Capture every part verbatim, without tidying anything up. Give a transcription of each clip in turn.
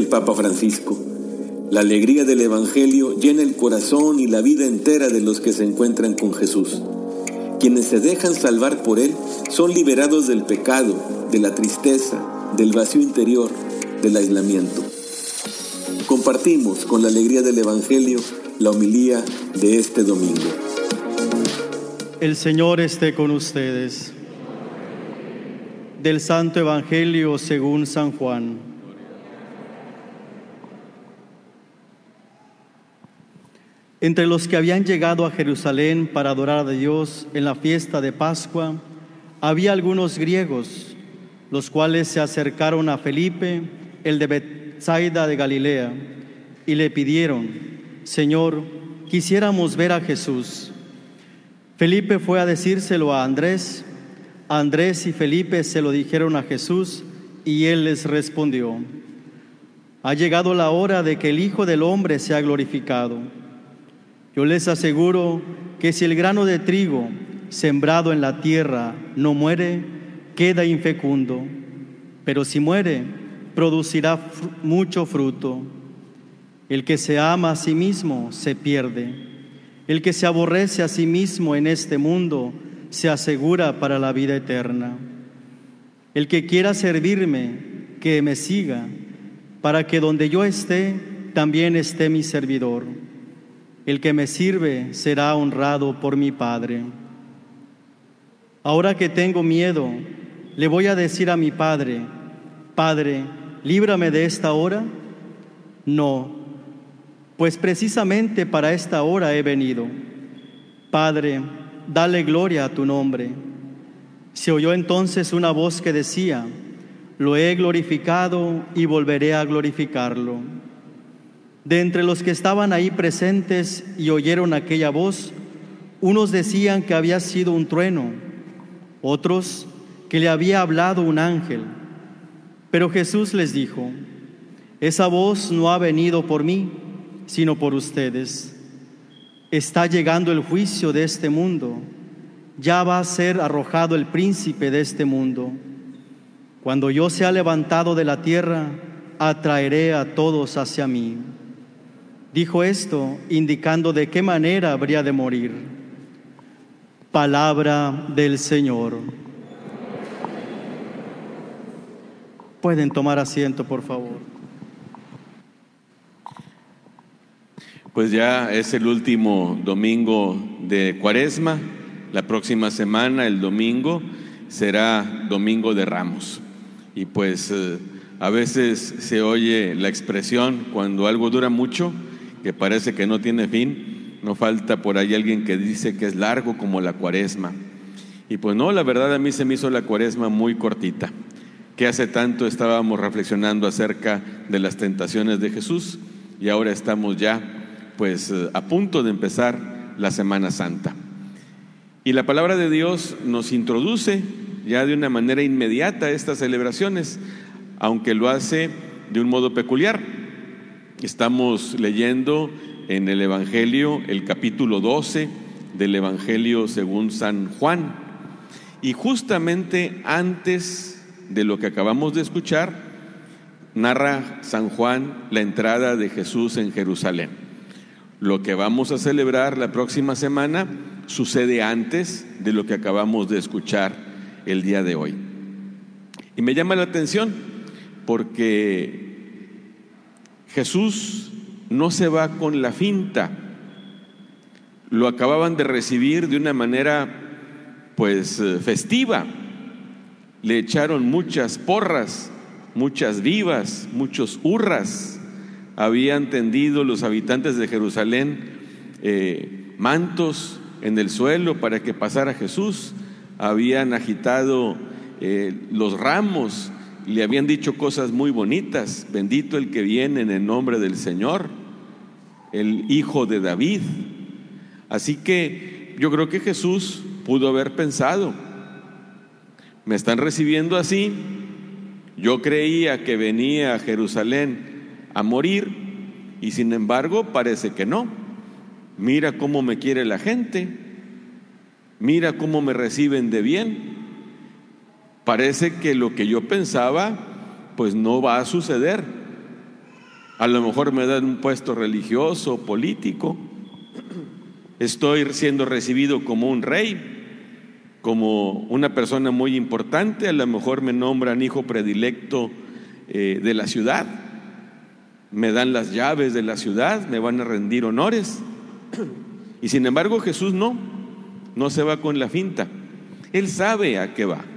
el Papa Francisco. La alegría del Evangelio llena el corazón y la vida entera de los que se encuentran con Jesús. Quienes se dejan salvar por Él son liberados del pecado, de la tristeza, del vacío interior, del aislamiento. Compartimos con la alegría del Evangelio la homilía de este domingo. El Señor esté con ustedes. Del Santo Evangelio según San Juan. Entre los que habían llegado a Jerusalén para adorar a Dios en la fiesta de Pascua, había algunos griegos, los cuales se acercaron a Felipe, el de Betsaida de Galilea, y le pidieron: Señor, quisiéramos ver a Jesús. Felipe fue a decírselo a Andrés. Andrés y Felipe se lo dijeron a Jesús, y él les respondió: Ha llegado la hora de que el Hijo del Hombre sea glorificado. Yo les aseguro que si el grano de trigo sembrado en la tierra no muere, queda infecundo, pero si muere, producirá fr- mucho fruto. El que se ama a sí mismo se pierde. El que se aborrece a sí mismo en este mundo se asegura para la vida eterna. El que quiera servirme, que me siga, para que donde yo esté, también esté mi servidor. El que me sirve será honrado por mi Padre. Ahora que tengo miedo, le voy a decir a mi Padre: Padre, líbrame de esta hora. No, pues precisamente para esta hora he venido. Padre, dale gloria a tu nombre. Se oyó entonces una voz que decía: Lo he glorificado y volveré a glorificarlo. De entre los que estaban ahí presentes y oyeron aquella voz, unos decían que había sido un trueno, otros que le había hablado un ángel. Pero Jesús les dijo: Esa voz no ha venido por mí, sino por ustedes. Está llegando el juicio de este mundo. Ya va a ser arrojado el príncipe de este mundo. Cuando yo sea levantado de la tierra, atraeré a todos hacia mí. Dijo esto, indicando de qué manera habría de morir. Palabra del Señor. Pueden tomar asiento, por favor. Pues ya es el último domingo de Cuaresma. La próxima semana, el domingo, será Domingo de Ramos. Y pues eh, a veces se oye la expresión cuando algo dura mucho, que parece que no tiene fin. No falta por ahí alguien que dice que es largo como la Cuaresma. Y pues no, la verdad a mí se me hizo la Cuaresma muy cortita. Que hace tanto estábamos reflexionando acerca de las tentaciones de Jesús y ahora estamos ya pues a punto de empezar la Semana Santa. Y la palabra de Dios nos introduce ya de una manera inmediata a estas celebraciones, aunque lo hace de un modo peculiar. Estamos leyendo en el Evangelio el capítulo doce del Evangelio según San Juan. Y justamente antes de lo que acabamos de escuchar, narra San Juan la entrada de Jesús en Jerusalén. Lo que vamos a celebrar la próxima semana sucede antes de lo que acabamos de escuchar el día de hoy. Y me llama la atención porque Jesús no se va con la finta. Lo acababan de recibir de una manera pues festiva. Le echaron muchas porras, muchas vivas, muchos hurras. Habían tendido los habitantes de Jerusalén eh, mantos en el suelo para que pasara Jesús. Habían agitado eh, los ramos. Le habían dicho cosas muy bonitas: bendito el que viene en el nombre del Señor, el Hijo de David. Así que yo creo que Jesús pudo haber pensado: me están recibiendo así, yo creía que venía a Jerusalén a morir y sin embargo parece que no. Mira cómo me quiere la gente, mira cómo me reciben de bien. Parece que lo que yo pensaba pues no va a suceder. a lo mejor me dan un puesto religioso, político, estoy siendo recibido como un rey, como una persona muy importante, a lo mejor me nombran hijo predilecto eh, de la ciudad, me dan las llaves de la ciudad, me van a rendir honores. Y sin embargo Jesús no, no se va con la finta, Él sabe a qué va.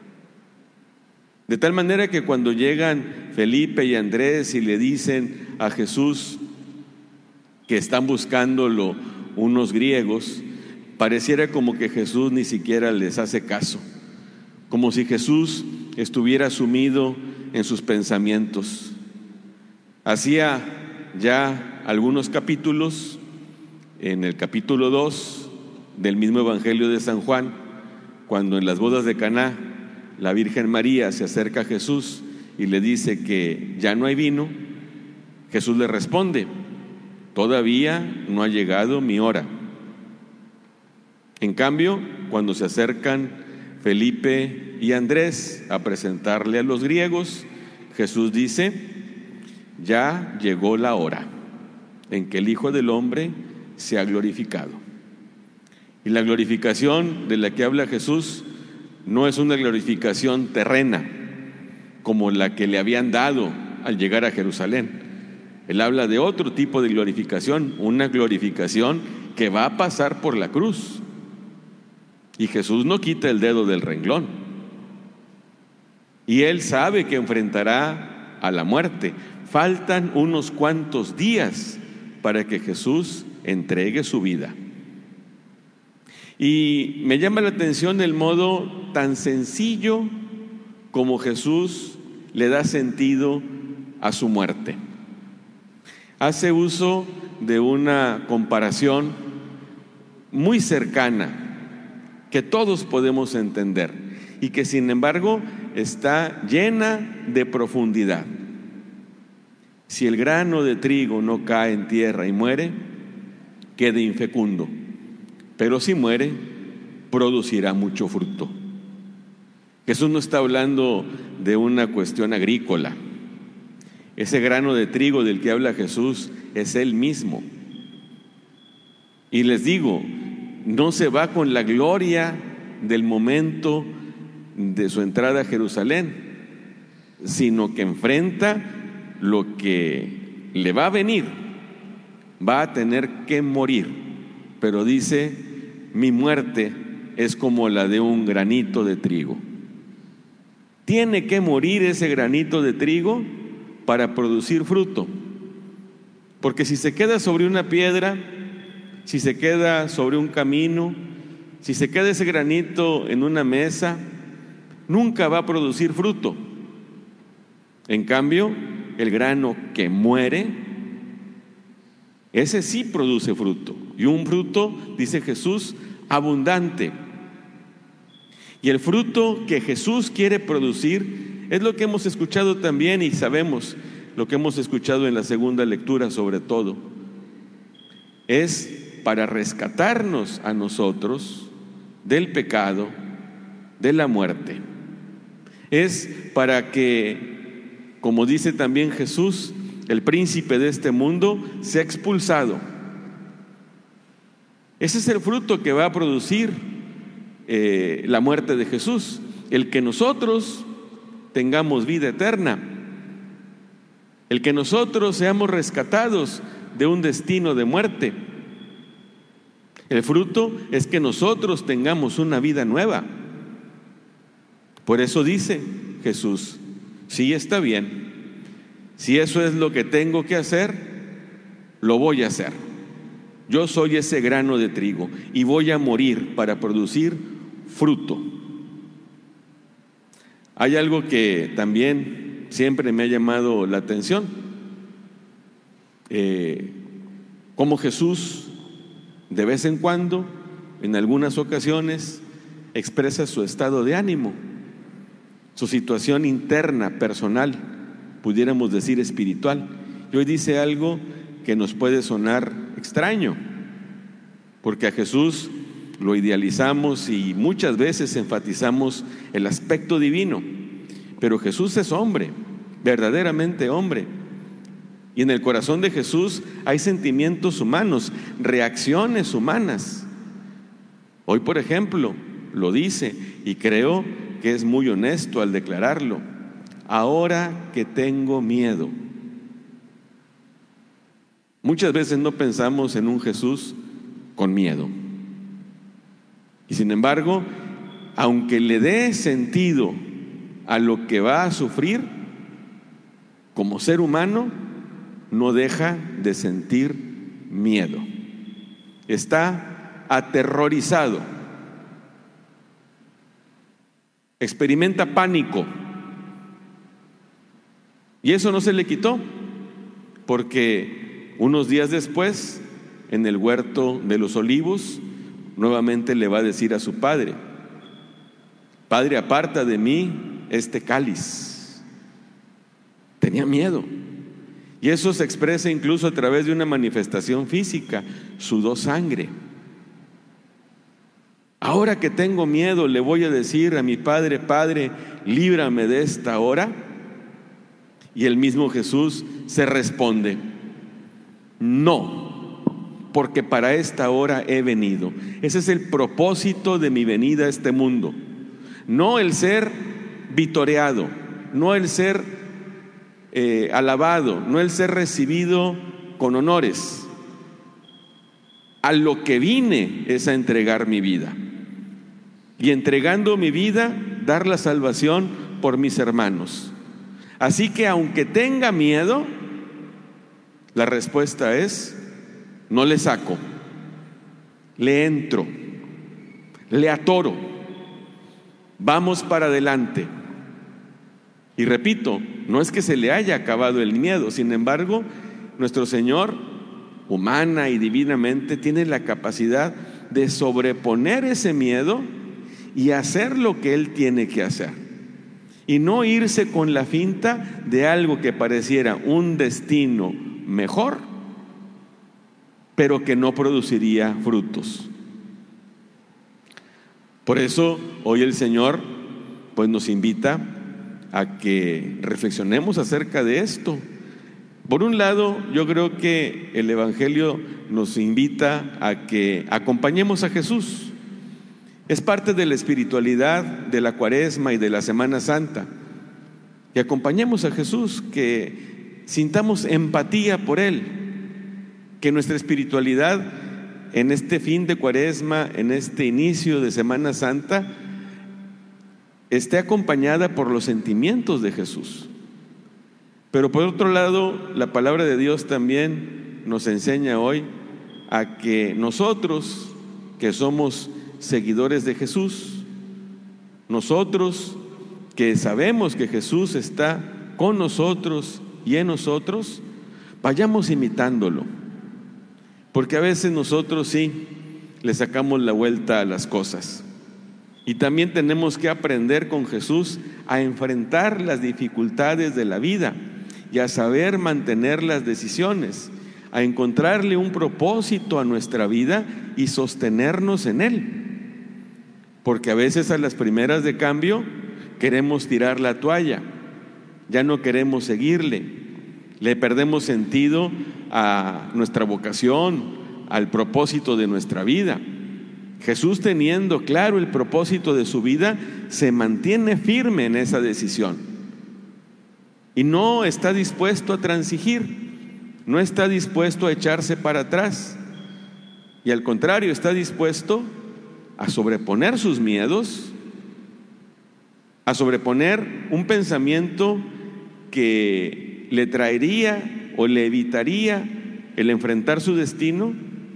De tal manera que cuando llegan Felipe y Andrés y le dicen a Jesús que están buscándolo unos griegos, pareciera como que Jesús ni siquiera les hace caso, como si Jesús estuviera sumido en sus pensamientos. Hacía ya algunos capítulos, en el capítulo dos del mismo Evangelio de San Juan, cuando en las bodas de Caná la Virgen María se acerca a Jesús y le dice que ya no hay vino, Jesús le responde: todavía no ha llegado mi hora. En cambio, cuando se acercan Felipe y Andrés a presentarle a los griegos, Jesús dice: ya llegó la hora en que el Hijo del Hombre se ha glorificado. Y la glorificación de la que habla Jesús no es una glorificación terrena como la que le habían dado al llegar a Jerusalén. Él habla de otro tipo de glorificación, una glorificación que va a pasar por la cruz. Y Jesús no quita el dedo del renglón. Y Él sabe que enfrentará a la muerte. Faltan unos cuantos días para que Jesús entregue su vida. Y me llama la atención el modo tan sencillo como Jesús le da sentido a su muerte. Hace uso de una comparación muy cercana que todos podemos entender y que sin embargo está llena de profundidad. Si el grano de trigo no cae en tierra y muere, queda infecundo, pero si muere, producirá mucho fruto. Jesús no está hablando de una cuestión agrícola. Ese grano de trigo del que habla Jesús es Él mismo. Y les digo, no se va con la gloria del momento de su entrada a Jerusalén, sino que enfrenta lo que le va a venir. Va a tener que morir, pero dice: mi muerte es como la de un granito de trigo. Tiene que morir ese granito de trigo para producir fruto, porque si se queda sobre una piedra, si se queda sobre un camino, si se queda ese granito en una mesa, nunca va a producir fruto. En cambio, el grano que muere, ese sí produce fruto, y un fruto, dice Jesús, abundante. Y el fruto que Jesús quiere producir es lo que hemos escuchado también y sabemos, lo que hemos escuchado en la segunda lectura sobre todo. Es para rescatarnos a nosotros del pecado, de la muerte. Es para que, como dice también Jesús, el príncipe de este mundo sea expulsado. Ese es el fruto que va a producir eh, la muerte de Jesús, el que nosotros tengamos vida eterna, el que nosotros seamos rescatados de un destino de muerte. El fruto es que nosotros tengamos una vida nueva. Por eso dice Jesús: sí, está bien, si eso es lo que tengo que hacer, lo voy a hacer. Yo soy ese grano de trigo y voy a morir para producir fruto. Hay algo que también siempre me ha llamado la atención, eh, como Jesús de vez en cuando, en algunas ocasiones, expresa su estado de ánimo, su situación interna, personal, pudiéramos decir espiritual. Y hoy dice algo que nos puede sonar extraño, porque a Jesús lo idealizamos y muchas veces enfatizamos el aspecto divino, pero Jesús es hombre, verdaderamente hombre, Y en el corazón de Jesús hay sentimientos humanos, reacciones humanas. Hoy, por ejemplo, lo dice, y creo que es muy honesto al declararlo: ahora que tengo miedo. Muchas veces no pensamos en un Jesús con miedo. Y sin embargo, aunque le dé sentido a lo que va a sufrir, como ser humano, no deja de sentir miedo. Está aterrorizado. Experimenta pánico. Y eso no se le quitó, porque unos días después, en el huerto de los olivos, nuevamente le va a decir a su padre: Padre, aparta de mí este cáliz. Tenía miedo. Y eso se expresa incluso a través de una manifestación física: sudó sangre. Ahora que tengo miedo, le voy a decir a mi padre: Padre, líbrame de esta hora. Y el mismo Jesús se responde: no, porque para esta hora he venido. Ese es el propósito de mi venida a este mundo. No el ser vitoreado, no el ser eh, alabado, no el ser recibido con honores. A lo que vine es a entregar mi vida. Y entregando mi vida, dar la salvación por mis hermanos. Así que aunque tenga miedo, la respuesta es: no le saco, le entro, le atoro, vamos para adelante. Y repito, no es que se le haya acabado el miedo, sin embargo, nuestro Señor, humana y divinamente, tiene la capacidad de sobreponer ese miedo y hacer lo que Él tiene que hacer. Y no irse con la finta de algo que pareciera un destino mejor, pero que no produciría frutos. Por eso hoy el Señor pues nos invita a que reflexionemos acerca de esto. Por un lado, yo creo que el Evangelio nos invita a que acompañemos a Jesús. Es parte de la espiritualidad de la Cuaresma y de la Semana Santa. Y acompañemos a Jesús, que sintamos empatía por Él, que nuestra espiritualidad en este fin de Cuaresma, en este inicio de Semana Santa, esté acompañada por los sentimientos de Jesús. Pero por otro lado, la palabra de Dios también nos enseña hoy a que nosotros, que somos seguidores de Jesús, nosotros que sabemos que Jesús está con nosotros y en nosotros, vayamos imitándolo. Porque a veces nosotros sí le sacamos la vuelta a las cosas. Y también tenemos que aprender con Jesús a enfrentar las dificultades de la vida y a saber mantener las decisiones, a encontrarle un propósito a nuestra vida y sostenernos en él. Porque a veces a las primeras de cambio queremos tirar la toalla, ya no queremos seguirle, le perdemos sentido a nuestra vocación, al propósito de nuestra vida. Jesús, teniendo claro el propósito de su vida, se mantiene firme en esa decisión y no está dispuesto a transigir, no está dispuesto a echarse para atrás, y al contrario, está dispuesto a sobreponer sus miedos, a sobreponer un pensamiento que le traería o le evitaría el enfrentar su destino,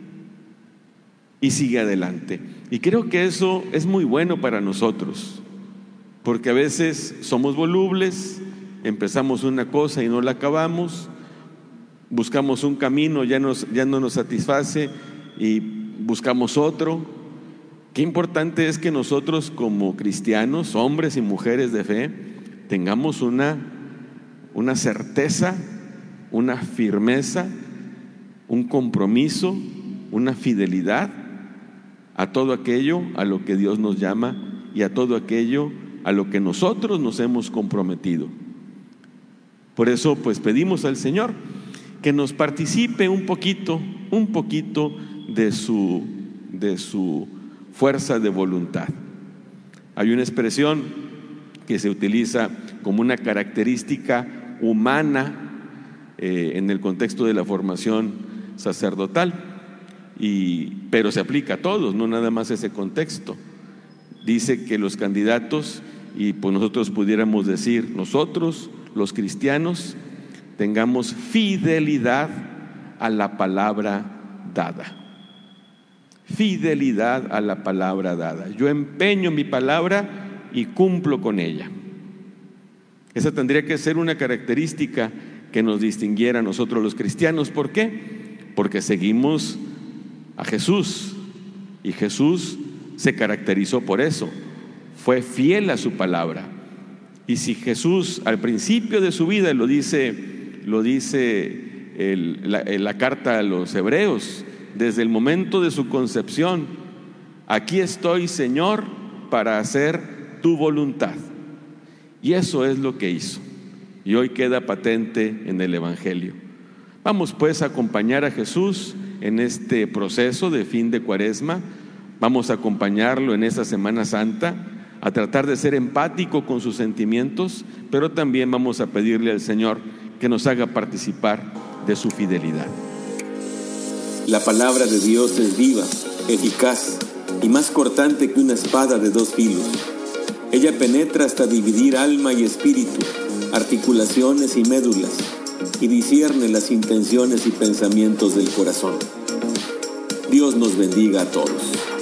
y sigue adelante. Y creo que eso es muy bueno para nosotros, porque a veces somos volubles, empezamos una cosa y no la acabamos, buscamos un camino, ya, nos, ya no nos satisface y buscamos otro. Qué importante es que nosotros como cristianos, hombres y mujeres de fe, tengamos una, una certeza, una firmeza, un compromiso, una fidelidad a todo aquello a lo que Dios nos llama y a todo aquello a lo que nosotros nos hemos comprometido. Por eso pues pedimos al Señor que nos participe un poquito, un poquito de su, de su fuerza de voluntad. Hay una expresión que se utiliza como una característica humana eh, en el contexto de la formación sacerdotal, y, pero se aplica a todos, no nada más ese contexto. Dice que los candidatos, y pues nosotros pudiéramos decir, nosotros los cristianos, tengamos fidelidad a la palabra dada. Fidelidad a la palabra dada. Yo empeño mi palabra y cumplo con ella. Esa tendría que ser una característica que nos distinguiera a nosotros los cristianos. ¿Por qué? Porque seguimos a Jesús, y Jesús se caracterizó por eso, fue fiel a su palabra. Y si Jesús al principio de su vida, lo dice, lo dice el, la, la carta a los hebreos, desde el momento de su concepción, aquí estoy, Señor, para hacer tu voluntad. Y eso es lo que hizo, y hoy queda patente en el Evangelio. Vamos pues a acompañar a Jesús en este proceso de fin de Cuaresma. Vamos a acompañarlo en esta Semana Santa, a tratar de ser empático con sus sentimientos, pero también vamos a pedirle al Señor que nos haga participar de su fidelidad. La palabra de Dios es viva, eficaz y más cortante que una espada de dos filos. Ella penetra hasta dividir alma y espíritu, articulaciones y médulas, y discierne las intenciones y pensamientos del corazón. Dios nos bendiga a todos.